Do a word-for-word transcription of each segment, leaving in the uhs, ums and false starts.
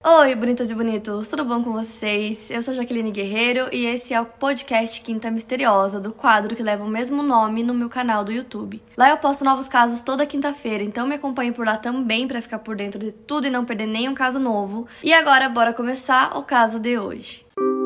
Oi, bonitas e bonitos, tudo bom com vocês? Eu sou Jaqueline Guerreiro e esse é o podcast Quinta Misteriosa, do quadro que leva o mesmo nome no meu canal do YouTube. Lá eu posto novos casos toda quinta-feira, então me acompanhe por lá também para ficar por dentro de tudo e não perder nenhum caso novo. E agora, bora começar o caso de hoje.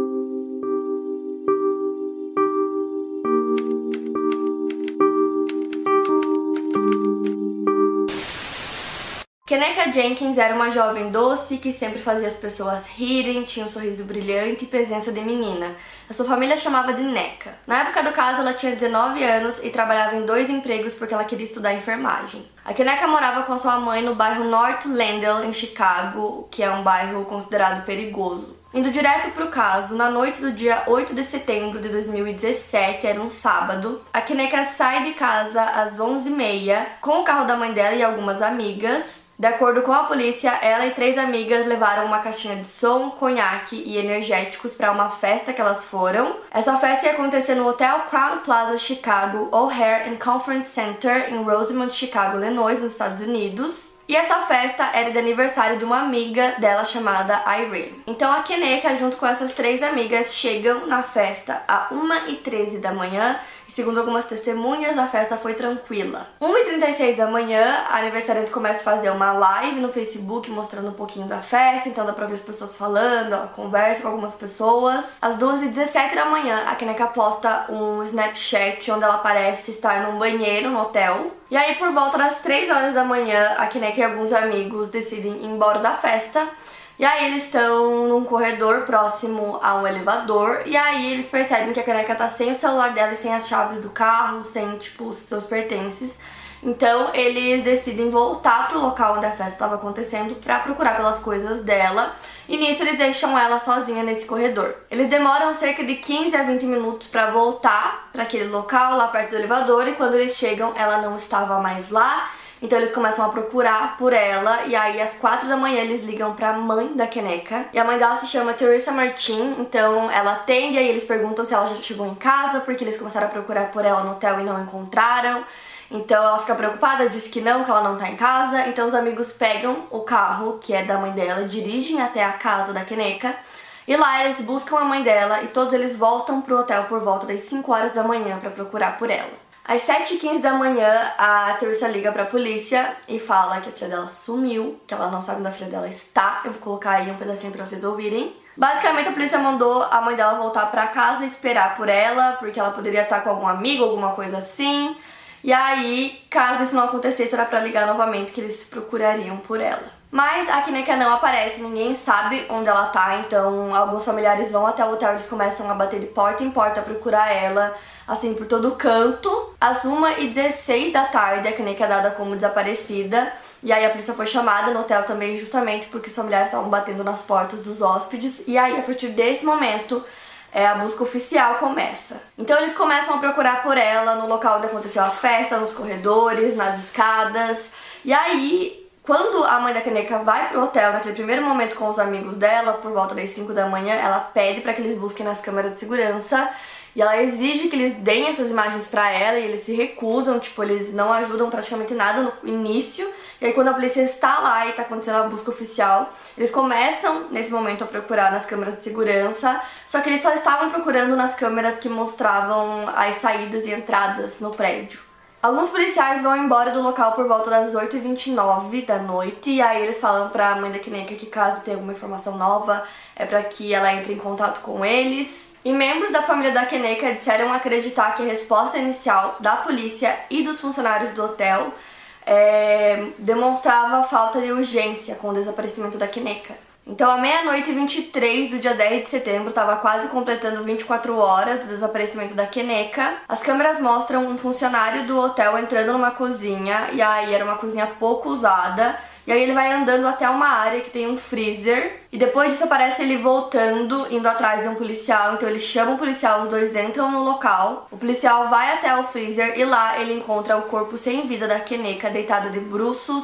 Keneca Jenkins era uma jovem doce que sempre fazia as pessoas rirem, tinha um sorriso brilhante e presença de menina. A sua família chamava de Neca. Na época do caso, ela tinha dezenove anos e trabalhava em dois empregos porque ela queria estudar enfermagem. A Keneca morava com a sua mãe no bairro North Lendale, em Chicago, que é um bairro considerado perigoso. Indo direto pro caso, na noite do dia oito de setembro de dois mil e dezessete, era um sábado, a Keneca sai de casa às onze e meia com o carro da mãe dela e algumas amigas. De acordo com a polícia, ela e três amigas levaram uma caixinha de som, conhaque e energéticos para uma festa que elas foram. Essa festa ia acontecer no Hotel Crown Plaza Chicago O'Hare and Conference Center em Rosemont, Chicago, Illinois, nos Estados Unidos. E essa festa era de aniversário de uma amiga dela chamada Irene. Então a Keneca, junto com essas três amigas, chegam na festa às uma e treze da manhã. E segundo algumas testemunhas, a festa foi tranquila. uma e trinta e seis da manhã, a aniversariante começa a fazer uma live no Facebook mostrando um pouquinho da festa. Então dá pra ver as pessoas falando, ela conversa com algumas pessoas. Às duas e dezessete da manhã, a Keneca posta um Snapchat onde ela parece estar num banheiro no hotel. E aí, por volta das três horas da manhã, a Keneca e alguns amigos decidem ir embora da festa. E aí eles estão num corredor próximo a um elevador. E aí eles percebem que a Keneca tá sem o celular dela e sem as chaves do carro, sem, tipo, os seus pertences. Então eles decidem voltar pro local onde a festa estava acontecendo pra procurar pelas coisas dela. E nisso eles deixam ela sozinha nesse corredor. Eles demoram cerca de quinze a vinte minutos pra voltar pra aquele local, lá perto do elevador. E quando eles chegam, ela não estava mais lá. Então eles começam a procurar por ela. E aí às quatro da manhã eles ligam pra mãe da Keneca. E a mãe dela se chama Teresa Martin. Então ela atende e aí eles perguntam se ela já chegou em casa, porque eles começaram a procurar por ela no hotel e não encontraram. Então ela fica preocupada, diz que não, que ela não tá em casa. Então os amigos pegam o carro, que é da mãe dela, dirigem até a casa da Keneca. E lá eles buscam a mãe dela e todos eles voltam pro hotel por volta das cinco horas da manhã pra procurar por ela. Às sete e quinze da manhã, a Teresa liga pra polícia e fala que a filha dela sumiu, que ela não sabe onde a filha dela está. Eu vou colocar aí um pedacinho pra vocês ouvirem. Basicamente, a polícia mandou a mãe dela voltar pra casa e esperar por ela, porque ela poderia estar com algum amigo, alguma coisa assim. E aí, caso isso não acontecesse, era pra ligar novamente que eles procurariam por ela. Mas a Keneca não aparece, ninguém sabe onde ela tá, então alguns familiares vão até o hotel, eles começam a bater de porta em porta a procurar ela, assim, por todo canto. Às uma e dezesseis da tarde, a Keneca é dada como desaparecida, e aí a polícia foi chamada no hotel também, justamente porque os familiares estavam batendo nas portas dos hóspedes, e aí a partir desse momento é, a busca oficial começa. Então eles começam a procurar por ela no local onde aconteceu a festa, nos corredores, nas escadas, e aí quando a mãe da Keneca vai pro hotel, naquele primeiro momento com os amigos dela, por volta das cinco da manhã, ela pede para que eles busquem nas câmeras de segurança e ela exige que eles deem essas imagens pra ela e eles se recusam, tipo, eles não ajudam praticamente nada no início. E aí quando a polícia está lá e tá acontecendo a busca oficial, eles começam nesse momento a procurar nas câmeras de segurança, só que eles só estavam procurando nas câmeras que mostravam as saídas e entradas no prédio. Alguns policiais vão embora do local por volta das oito e vinte e nove da noite e aí eles falam pra mãe da Keneca que caso tenha alguma informação nova é pra que ela entre em contato com eles. E membros da família da Keneca disseram acreditar que a resposta inicial da polícia e dos funcionários do hotel é, demonstrava falta de urgência com o desaparecimento da Keneca. Então, à meia-noite e vinte e três do dia dez de setembro, estava quase completando vinte e quatro horas do desaparecimento da Keneca. As câmeras mostram um funcionário do hotel entrando numa cozinha, e aí era uma cozinha pouco usada, e aí ele vai andando até uma área que tem um freezer, e depois disso aparece ele voltando, indo atrás de um policial, então ele chama o policial, os dois entram no local, o policial vai até o freezer, e lá ele encontra o corpo sem vida da Keneca, deitada de bruços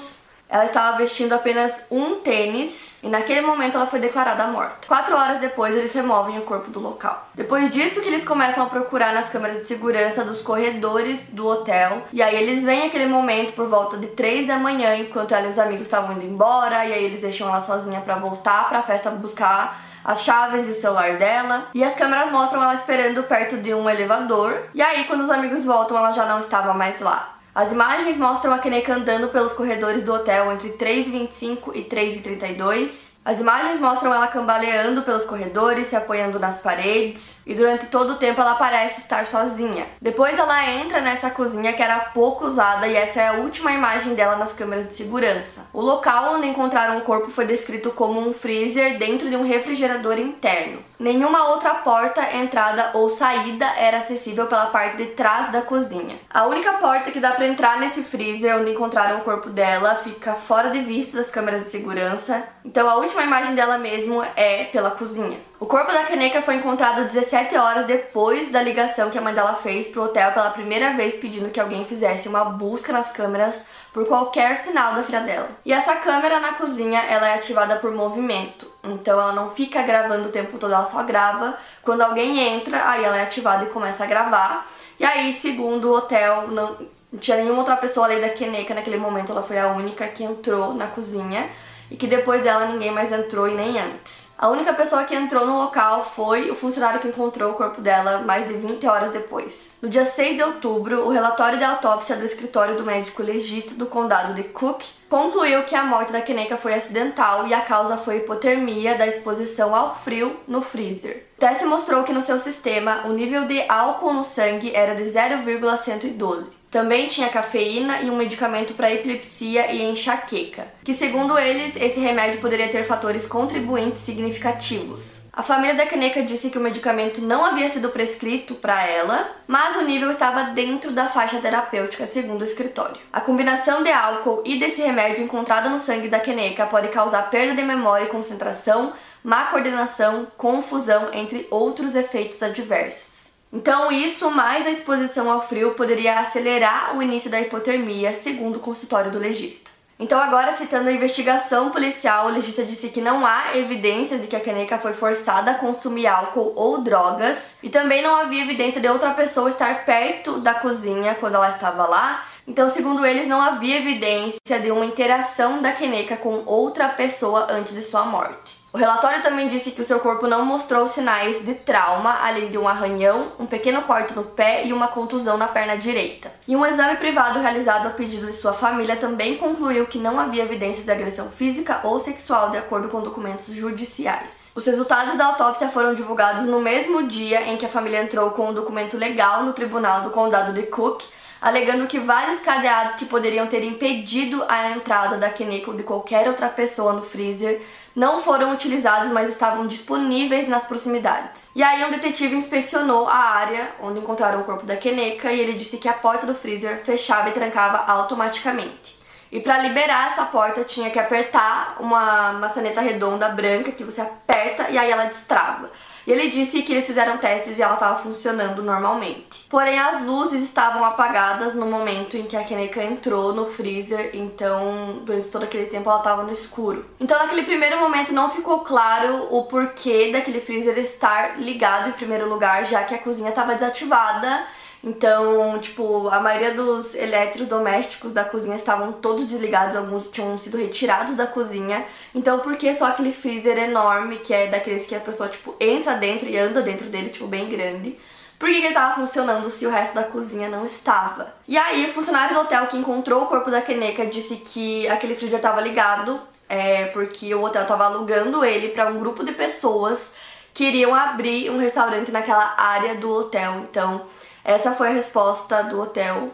Ela estava vestindo apenas um tênis e naquele momento ela foi declarada morta. Quatro horas depois eles removem o corpo do local. Depois disso que eles começam a procurar nas câmeras de segurança dos corredores do hotel. E aí eles veem aquele momento por volta de três da manhã, enquanto ela e os amigos estavam indo embora. E aí eles deixam ela sozinha pra voltar pra festa buscar as chaves e o celular dela. E as câmeras mostram ela esperando perto de um elevador. E aí quando os amigos voltam ela já não estava mais lá. As imagens mostram a Kaneka andando pelos corredores do hotel entre três e vinte e cinco e três e trinta e dois. As imagens mostram ela cambaleando pelos corredores, se apoiando nas paredes, e durante todo o tempo ela parece estar sozinha. Depois ela entra nessa cozinha que era pouco usada e essa é a última imagem dela nas câmeras de segurança. O local onde encontraram o corpo foi descrito como um freezer dentro de um refrigerador interno. Nenhuma outra porta, entrada ou saída era acessível pela parte de trás da cozinha. A única porta que dá pra entrar nesse freezer onde encontraram o corpo dela fica fora de vista das câmeras de segurança, então a última A imagem dela mesmo é pela cozinha. O corpo da Kaneka foi encontrado dezessete horas depois da ligação que a mãe dela fez pro hotel pela primeira vez pedindo que alguém fizesse uma busca nas câmeras por qualquer sinal da filha dela. E essa câmera na cozinha, ela é ativada por movimento. Então ela não fica gravando o tempo todo, ela só grava. Quando alguém entra, aí ela é ativada e começa a gravar. E aí, segundo o hotel, não tinha nenhuma outra pessoa além da Kaneka naquele momento, ela foi a única que entrou na cozinha. E que depois dela ninguém mais entrou e nem antes. A única pessoa que entrou no local foi o funcionário que encontrou o corpo dela mais de vinte horas depois. No dia seis de outubro, o relatório de autópsia do escritório do médico legista do condado de Cook concluiu que a morte da Kaneka foi acidental e a causa foi hipotermia da exposição ao frio no freezer. O teste mostrou que no seu sistema o nível de álcool no sangue era de zero vírgula cento e doze. Também tinha cafeína e um medicamento para epilepsia e enxaqueca, que segundo eles, esse remédio poderia ter fatores contribuintes significativos. A família da Kaneka disse que o medicamento não havia sido prescrito para ela, mas o nível estava dentro da faixa terapêutica, segundo o escritório. A combinação de álcool e desse remédio encontrada no sangue da Kaneka pode causar perda de memória e concentração, má coordenação, confusão, entre outros efeitos adversos. Então isso, mais a exposição ao frio, poderia acelerar o início da hipotermia, segundo o consultório do legista. Então agora, citando a investigação policial, o legista disse que não há evidências de que a Kaneka foi forçada a consumir álcool ou drogas, e também não havia evidência de outra pessoa estar perto da cozinha quando ela estava lá. Então, segundo eles, não havia evidência de uma interação da Kaneka com outra pessoa antes de sua morte. O relatório também disse que o seu corpo não mostrou sinais de trauma, além de um arranhão, um pequeno corte no pé e uma contusão na perna direita. E um exame privado realizado a pedido de sua família também concluiu que não havia evidências de agressão física ou sexual, de acordo com documentos judiciais. Os resultados da autópsia foram divulgados no mesmo dia em que a família entrou com um documento legal no tribunal do condado de Cook, alegando que vários cadeados que poderiam ter impedido a entrada da Kaneka ou de qualquer outra pessoa no freezer não foram utilizados, mas estavam disponíveis nas proximidades. E aí um detetive inspecionou a área onde encontraram o corpo da Kaneka e ele disse que a porta do freezer fechava e trancava automaticamente. E para liberar essa porta tinha que apertar uma maçaneta redonda branca que você aperta e aí ela destrava. E ele disse que eles fizeram testes e ela estava funcionando normalmente. Porém, as luzes estavam apagadas no momento em que a Kaneka entrou no freezer, então durante todo aquele tempo ela estava no escuro. Então naquele primeiro momento não ficou claro o porquê daquele freezer estar ligado em primeiro lugar, já que a cozinha estava desativada. Então, tipo, a maioria dos eletrodomésticos da cozinha estavam todos desligados, alguns tinham sido retirados da cozinha. Então, por que só aquele freezer enorme, que é daqueles que a pessoa, tipo, entra dentro e anda dentro dele, tipo, bem grande? Por que ele estava funcionando se o resto da cozinha não estava? E aí, o funcionário do hotel que encontrou o corpo da Kaneka disse que aquele freezer estava ligado, é, porque o hotel estava alugando ele para um grupo de pessoas que iriam abrir um restaurante naquela área do hotel. Então, essa foi a resposta do hotel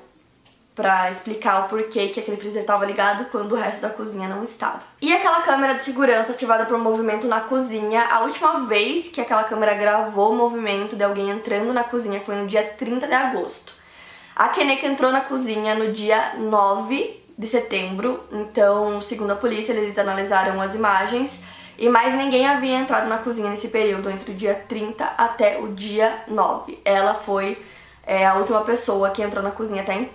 pra explicar o porquê que aquele freezer estava ligado quando o resto da cozinha não estava. E aquela câmera de segurança ativada por movimento na cozinha, a última vez que aquela câmera gravou o movimento de alguém entrando na cozinha foi no dia trinta de agosto. A Kaneka entrou na cozinha no dia nove de setembro, então, segundo a polícia, eles analisaram as imagens e mais ninguém havia entrado na cozinha nesse período, entre o dia trinta até o dia nove. Ela foi É a última pessoa que entrou na cozinha até então.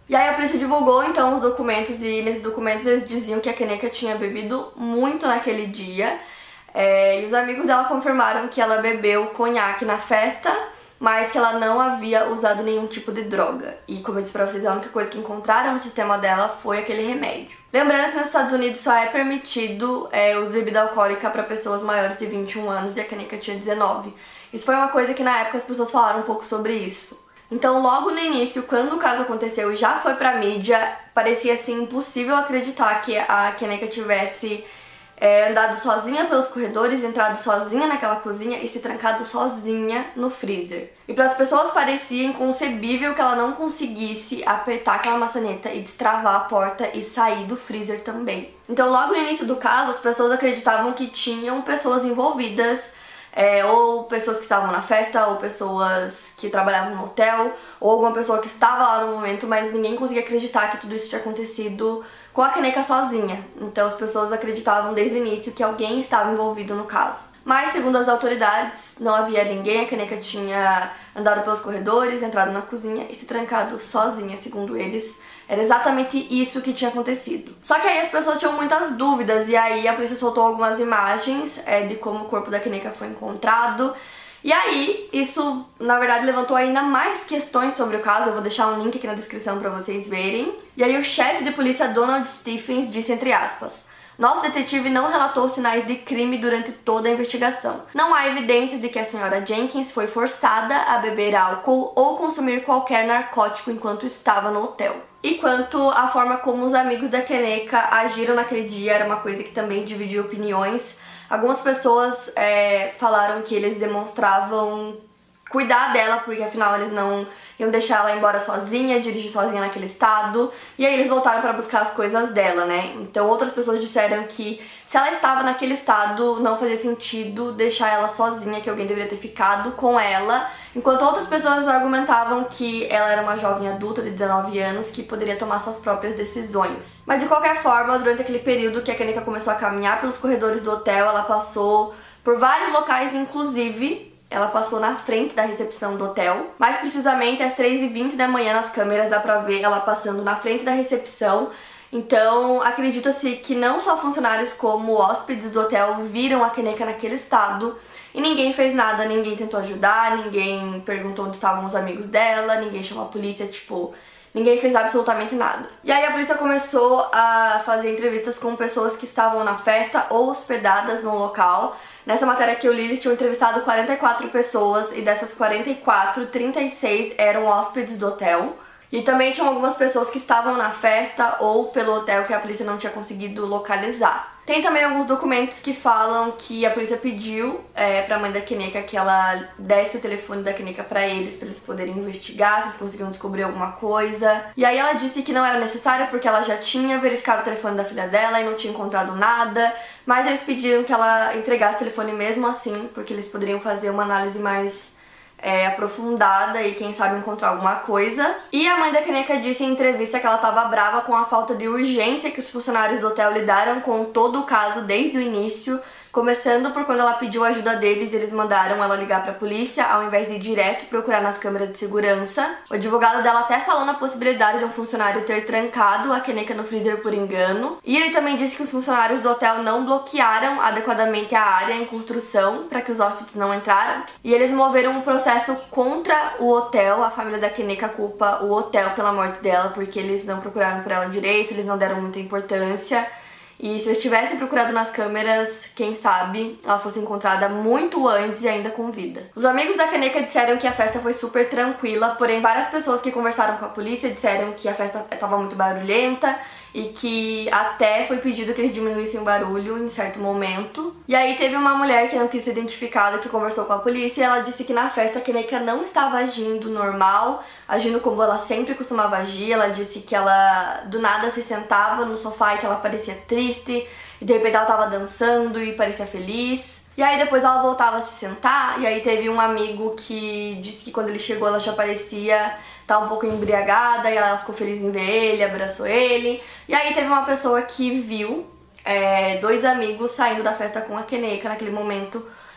E aí a polícia divulgou então os documentos e nesses documentos eles diziam que a Kaneka tinha bebido muito naquele dia. É, e os amigos dela confirmaram que ela bebeu conhaque na festa, mas que ela não havia usado nenhum tipo de droga. E como eu disse pra vocês, a única coisa que encontraram no sistema dela foi aquele remédio. Lembrando que nos Estados Unidos só é permitido é, o uso de bebida alcoólica para pessoas maiores de vinte e um anos e a Kaneka tinha dezenove. Isso foi uma coisa que na época as pessoas falaram um pouco sobre isso. Então, logo no início, quando o caso aconteceu e já foi pra mídia, parecia assim impossível acreditar que a Kaneka tivesse é, andado sozinha pelos corredores, entrado sozinha naquela cozinha e se trancado sozinha no freezer. E para as pessoas parecia inconcebível que ela não conseguisse apertar aquela maçaneta e destravar a porta e sair do freezer também. Então, logo no início do caso, as pessoas acreditavam que tinham pessoas envolvidas, É, ou pessoas que estavam na festa, ou pessoas que trabalhavam no hotel, ou alguma pessoa que estava lá no momento, mas ninguém conseguia acreditar que tudo isso tinha acontecido com a Kaneka sozinha. Então as pessoas acreditavam desde o início que alguém estava envolvido no caso. Mas, segundo as autoridades, não havia ninguém, a Kaneka tinha andado pelos corredores, entrado na cozinha e se trancado sozinha, segundo eles. Era exatamente isso que tinha acontecido. Só que aí as pessoas tinham muitas dúvidas e aí a polícia soltou algumas imagens é, de como o corpo da Kaneka foi encontrado. E aí, isso, na verdade, levantou ainda mais questões sobre o caso. Eu vou deixar um link aqui na descrição pra vocês verem. E aí o chefe de polícia, Donald Stephens, disse, entre aspas: "Nosso detetive não relatou sinais de crime durante toda a investigação. Não há evidências de que a senhora Jenkins foi forçada a beber álcool ou consumir qualquer narcótico enquanto estava no hotel." E quanto à forma como os amigos da Kaneka agiram naquele dia, era uma coisa que também dividiu opiniões. Algumas pessoas é, falaram que eles demonstravam cuidar dela, porque afinal eles não iam deixar ela embora sozinha, dirigir sozinha naquele estado, e aí eles voltaram para buscar as coisas dela, né? Então outras pessoas disseram que se ela estava naquele estado, não fazia sentido deixar ela sozinha, que alguém deveria ter ficado com ela, enquanto outras pessoas argumentavam que ela era uma jovem adulta de dezenove anos que poderia tomar suas próprias decisões. Mas de qualquer forma, durante aquele período que a Kaneka começou a caminhar pelos corredores do hotel, ela passou por vários locais, inclusive ela passou na frente da recepção do hotel. Mais precisamente, às três e vinte da manhã, nas câmeras dá pra ver ela passando na frente da recepção. Então, acredita-se que não só funcionários como hóspedes do hotel viram a Kaneka naquele estado e ninguém fez nada, ninguém tentou ajudar, ninguém perguntou onde estavam os amigos dela, ninguém chamou a polícia, tipo, ninguém fez absolutamente nada. E aí a polícia começou a fazer entrevistas com pessoas que estavam na festa ou hospedadas no local. Nessa matéria que eu li, eles tinham entrevistado quarenta e quatro pessoas e dessas quarenta e quatro, trinta e seis eram hóspedes do hotel. E também tinham algumas pessoas que estavam na festa ou pelo hotel que a polícia não tinha conseguido localizar. Tem também alguns documentos que falam que a polícia pediu é, pra mãe da Kaneka que ela desse o telefone da Kaneka pra eles, pra eles poderem investigar, se eles conseguiam descobrir alguma coisa. E aí ela disse que não era necessário porque ela já tinha verificado o telefone da filha dela e não tinha encontrado nada, mas eles pediram que ela entregasse o telefone mesmo assim, porque eles poderiam fazer uma análise mais É, aprofundada e quem sabe encontrar alguma coisa. E a mãe da Kaneka disse em entrevista que ela estava brava com a falta de urgência que os funcionários do hotel lidaram com todo o caso desde o início, começando por quando ela pediu a ajuda deles, eles mandaram ela ligar pra polícia ao invés de ir direto procurar nas câmeras de segurança. O advogado dela até falou na possibilidade de um funcionário ter trancado a Kaneka no freezer por engano. E ele também disse que os funcionários do hotel não bloquearam adequadamente a área em construção para que os hóspedes não entraram. E eles moveram um processo contra o hotel. A família da Kaneka culpa o hotel pela morte dela porque eles não procuraram por ela direito, eles não deram muita importância. E se eles tivessem procurado nas câmeras, quem sabe ela fosse encontrada muito antes e ainda com vida. Os amigos da Kaneka disseram que a festa foi super tranquila, porém várias pessoas que conversaram com a polícia disseram que a festa estava muito barulhenta e que até foi pedido que eles diminuíssem o barulho em certo momento. E aí teve uma mulher que não quis ser identificada que conversou com a polícia e ela disse que na festa a Kaneka não estava agindo normal, agindo como ela sempre costumava agir. Ela disse que ela do nada se sentava no sofá e que ela parecia triste, e de repente ela estava dançando e parecia feliz. E aí depois ela voltava a se sentar, e aí teve um amigo que disse que quando ele chegou ela já parecia estar um pouco embriagada, e ela ficou feliz em ver ele, abraçou ele. E aí teve uma pessoa que viu é, dois amigos saindo da festa com a Kaneka naquele momento,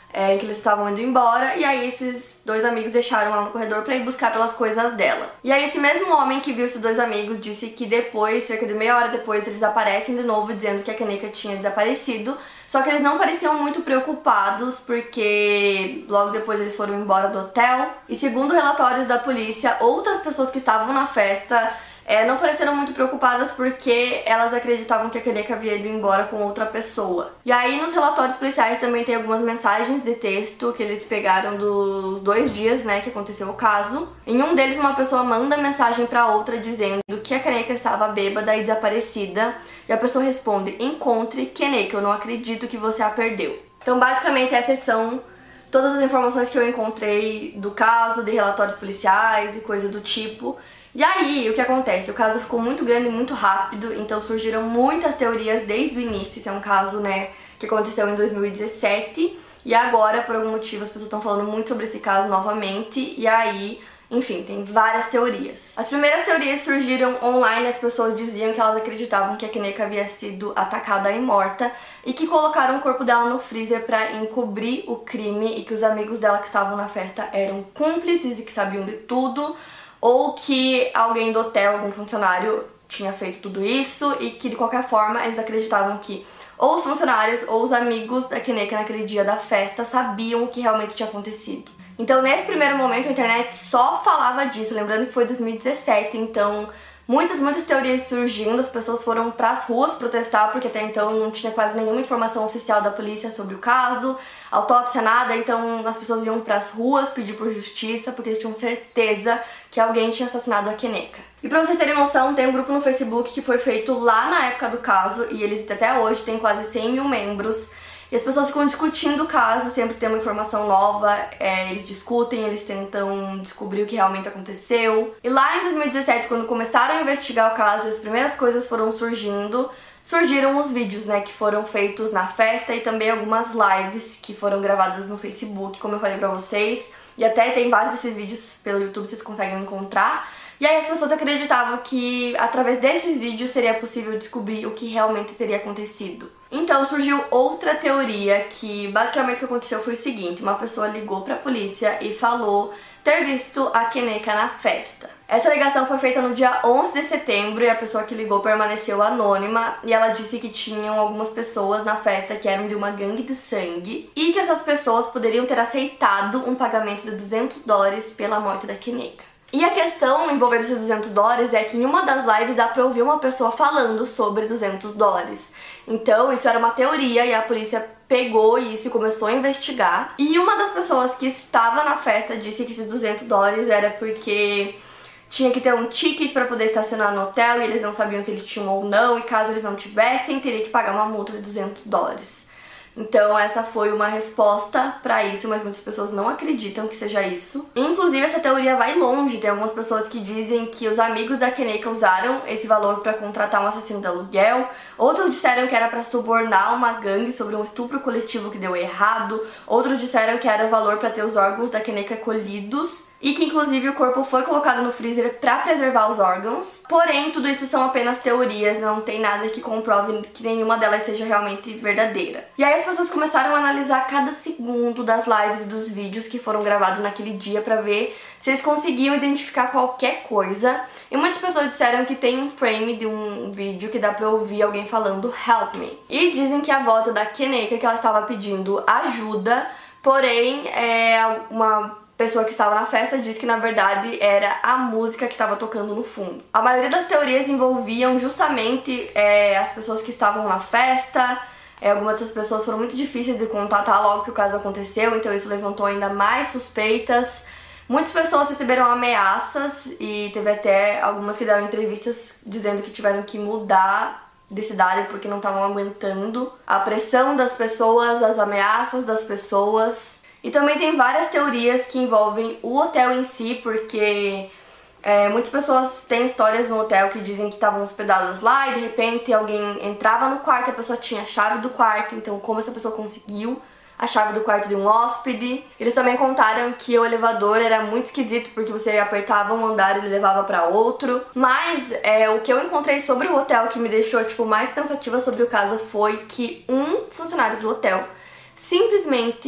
é, em que eles estavam indo embora, e aí esses dois amigos deixaram ela no corredor pra ir buscar pelas coisas dela. E aí esse mesmo homem que viu esses dois amigos disse que depois, cerca de meia hora depois, eles aparecem de novo dizendo que a Kaneka tinha desaparecido, só que eles não pareciam muito preocupados porque logo depois eles foram embora do hotel. E segundo relatórios da polícia, outras pessoas que estavam na festa É, não pareceram muito preocupadas porque elas acreditavam que a Kaneka havia ido embora com outra pessoa. E aí nos relatórios policiais também tem algumas mensagens de texto que eles pegaram dos dois dias, né, que aconteceu o caso. Em um deles uma pessoa manda mensagem pra outra dizendo que a Kaneka estava bêbada e desaparecida. E a pessoa responde: encontre Kaneka, eu não acredito que você a perdeu. Então basicamente essas são todas as informações que eu encontrei do caso, de relatórios policiais e coisa do tipo. E aí, o que acontece? O caso ficou muito grande e muito rápido, então surgiram muitas teorias desde o início. Isso é um caso, né, que aconteceu em dois mil e dezessete, e agora, por algum motivo, as pessoas estão falando muito sobre esse caso novamente, e aí, enfim, tem várias teorias. As primeiras teorias surgiram online, as pessoas diziam que elas acreditavam que a Kaneka havia sido atacada e morta, e que colocaram o corpo dela no freezer pra encobrir o crime, e que os amigos dela que estavam na festa eram cúmplices e que sabiam de tudo, ou que alguém do hotel, algum funcionário, tinha feito tudo isso e que de qualquer forma eles acreditavam que ou os funcionários ou os amigos da Kaneka naquele dia da festa sabiam o que realmente tinha acontecido. Então nesse primeiro momento a internet só falava disso, lembrando que foi dois mil e dezessete, então muitas, muitas teorias surgindo, as pessoas foram pras ruas protestar porque até então não tinha quase nenhuma informação oficial da polícia sobre o caso, autópsia, nada, então as pessoas iam pras ruas pedir por justiça porque eles tinham certeza que alguém tinha assassinado a Kaneka. E pra vocês terem noção, tem um grupo no Facebook que foi feito lá na época do caso e eles até hoje têm quase cem mil membros. E as pessoas ficam discutindo o caso, sempre tem uma informação nova, é, eles discutem, eles tentam descobrir o que realmente aconteceu. E lá em dois mil e dezessete, quando começaram a investigar o caso, as primeiras coisas foram surgindo, surgiram os vídeos, né, que foram feitos na festa e também algumas lives que foram gravadas no Facebook, como eu falei pra vocês. E até tem vários desses vídeos pelo YouTube, vocês conseguem encontrar. E aí as pessoas acreditavam que através desses vídeos seria possível descobrir o que realmente teria acontecido. Então surgiu outra teoria que basicamente o que aconteceu foi o seguinte: uma pessoa ligou pra polícia e falou ter visto a Kaneka na festa. Essa ligação foi feita no dia onze de setembro e a pessoa que ligou permaneceu anônima e ela disse que tinham algumas pessoas na festa que eram de uma gangue de sangue e que essas pessoas poderiam ter aceitado um pagamento de duzentos dólares pela morte da Kaneka. E a questão envolvendo esses duzentos dólares é que em uma das lives dá pra ouvir uma pessoa falando sobre duzentos dólares. Então isso era uma teoria e a polícia pegou isso e começou a investigar. E uma das pessoas que estava na festa disse que esses duzentos dólares era porque tinha que ter um ticket para poder estacionar no hotel e eles não sabiam se eles tinham ou não, e caso eles não tivessem, teria que pagar uma multa de duzentos dólares. Então essa foi uma resposta pra isso, mas muitas pessoas não acreditam que seja isso. Inclusive essa teoria vai longe, tem algumas pessoas que dizem que os amigos da Kaneka usaram esse valor pra contratar um assassino de aluguel, outros disseram que era pra subornar uma gangue sobre um estupro coletivo que deu errado, outros disseram que era o valor pra ter os órgãos da Kaneka colhidos, e que inclusive o corpo foi colocado no freezer pra preservar os órgãos. Porém, tudo isso são apenas teorias, não tem nada que comprove que nenhuma delas seja realmente verdadeira. E aí as pessoas começaram a analisar cada segundo das lives e dos vídeos que foram gravados naquele dia pra ver se eles conseguiam identificar qualquer coisa. E muitas pessoas disseram que tem um frame de um vídeo que dá pra ouvir alguém falando "help me". E dizem que a voz é da Kaneka, que ela estava pedindo ajuda, porém é uma pessoa que estava na festa disse que na verdade era a música que estava tocando no fundo. A maioria das teorias envolviam justamente é, as pessoas que estavam na festa. É, algumas dessas pessoas foram muito difíceis de contatar logo que o caso aconteceu, então isso levantou ainda mais suspeitas. Muitas pessoas receberam ameaças e teve até algumas que deram entrevistas dizendo que tiveram que mudar de cidade porque não estavam aguentando a pressão das pessoas, as ameaças das pessoas. E também tem várias teorias que envolvem o hotel em si, porque é, muitas pessoas têm histórias no hotel que dizem que estavam hospedadas lá e de repente alguém entrava no quarto e a pessoa tinha a chave do quarto, então como essa pessoa conseguiu a chave do quarto de um hóspede. Eles também contaram que o elevador era muito esquisito porque você apertava um andar e ele levava pra outro. Mas é, o que eu encontrei sobre o hotel que me deixou tipo mais pensativa sobre o caso foi que um funcionário do hotel simplesmente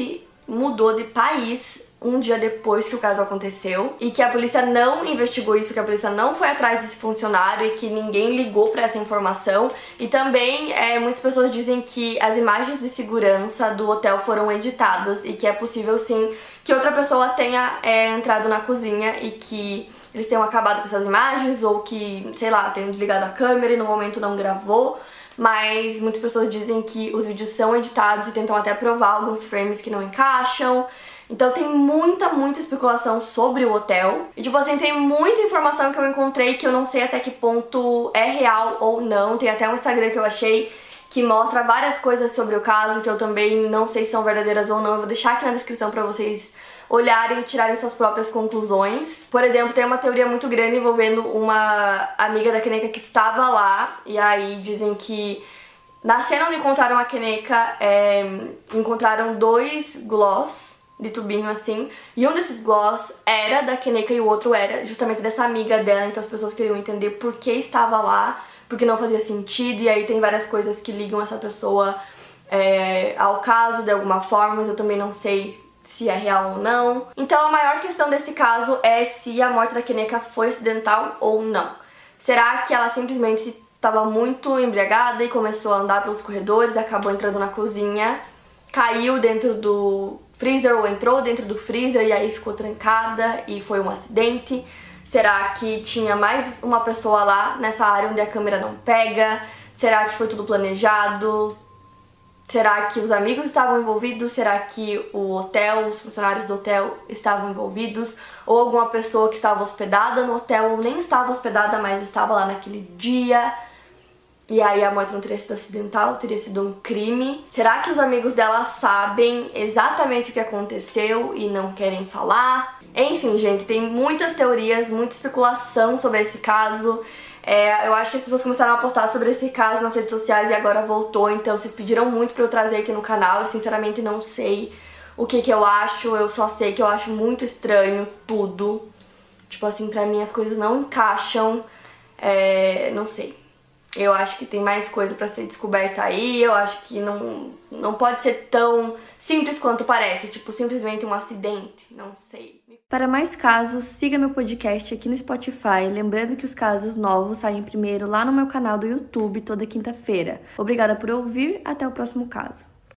mudou de país um dia depois que o caso aconteceu e que a polícia não investigou isso, que a polícia não foi atrás desse funcionário e que ninguém ligou pra essa informação. E também é, muitas pessoas dizem que as imagens de segurança do hotel foram editadas e que é possível sim que outra pessoa tenha é, entrado na cozinha e que eles tenham acabado com essas imagens ou que, sei lá, tenham desligado a câmera e no momento não gravou. Mas muitas pessoas dizem que os vídeos são editados e tentam até provar alguns frames que não encaixam. Então tem muita, muita especulação sobre o hotel. E tipo assim, tem muita informação que eu encontrei que eu não sei até que ponto é real ou não. Tem até um Instagram que eu achei que mostra várias coisas sobre o caso que eu também não sei se são verdadeiras ou não. Eu vou deixar aqui na descrição pra vocês olharem e tirarem suas próprias conclusões. Por exemplo, tem uma teoria muito grande envolvendo uma amiga da Keneca que estava lá. E aí dizem que na cena onde encontraram a Keneca, é, encontraram dois gloss de tubinho assim, e um desses gloss era da Keneca e o outro era justamente dessa amiga dela, então as pessoas queriam entender por que estava lá, porque não fazia sentido, e aí tem várias coisas que ligam essa pessoa é, ao caso de alguma forma, mas eu também não sei se é real ou não. Então a maior questão desse caso é se a morte da Keneca foi acidental ou não. Será que ela simplesmente estava muito embriagada e começou a andar pelos corredores, acabou entrando na cozinha, caiu dentro do freezer ou entrou dentro do freezer e aí ficou trancada e foi um acidente? Será que tinha mais uma pessoa lá nessa área onde a câmera não pega? Será que foi tudo planejado? Será que os amigos estavam envolvidos? Será que o hotel, os funcionários do hotel estavam envolvidos? Ou alguma pessoa que estava hospedada no hotel ou nem estava hospedada, mas estava lá naquele dia? E aí a morte não teria sido acidental, teria sido um crime. Será que os amigos dela sabem exatamente o que aconteceu e não querem falar? Enfim, gente, tem muitas teorias, muita especulação sobre esse caso. É, eu acho que as pessoas começaram a postar sobre esse caso nas redes sociais e agora voltou. Então vocês pediram muito pra eu trazer aqui no canal. Eu sinceramente não sei o que que eu acho. Eu só sei que eu acho muito estranho tudo. Tipo assim, pra mim as coisas não encaixam. É, não sei. Eu acho que tem mais coisa pra ser descoberta aí, eu acho que não, não pode ser tão simples quanto parece, tipo, simplesmente um acidente, não sei. Para mais casos, siga meu podcast aqui no Spotify, lembrando que os casos novos saem primeiro lá no meu canal do YouTube toda quinta-feira. Obrigada por ouvir, até o próximo caso.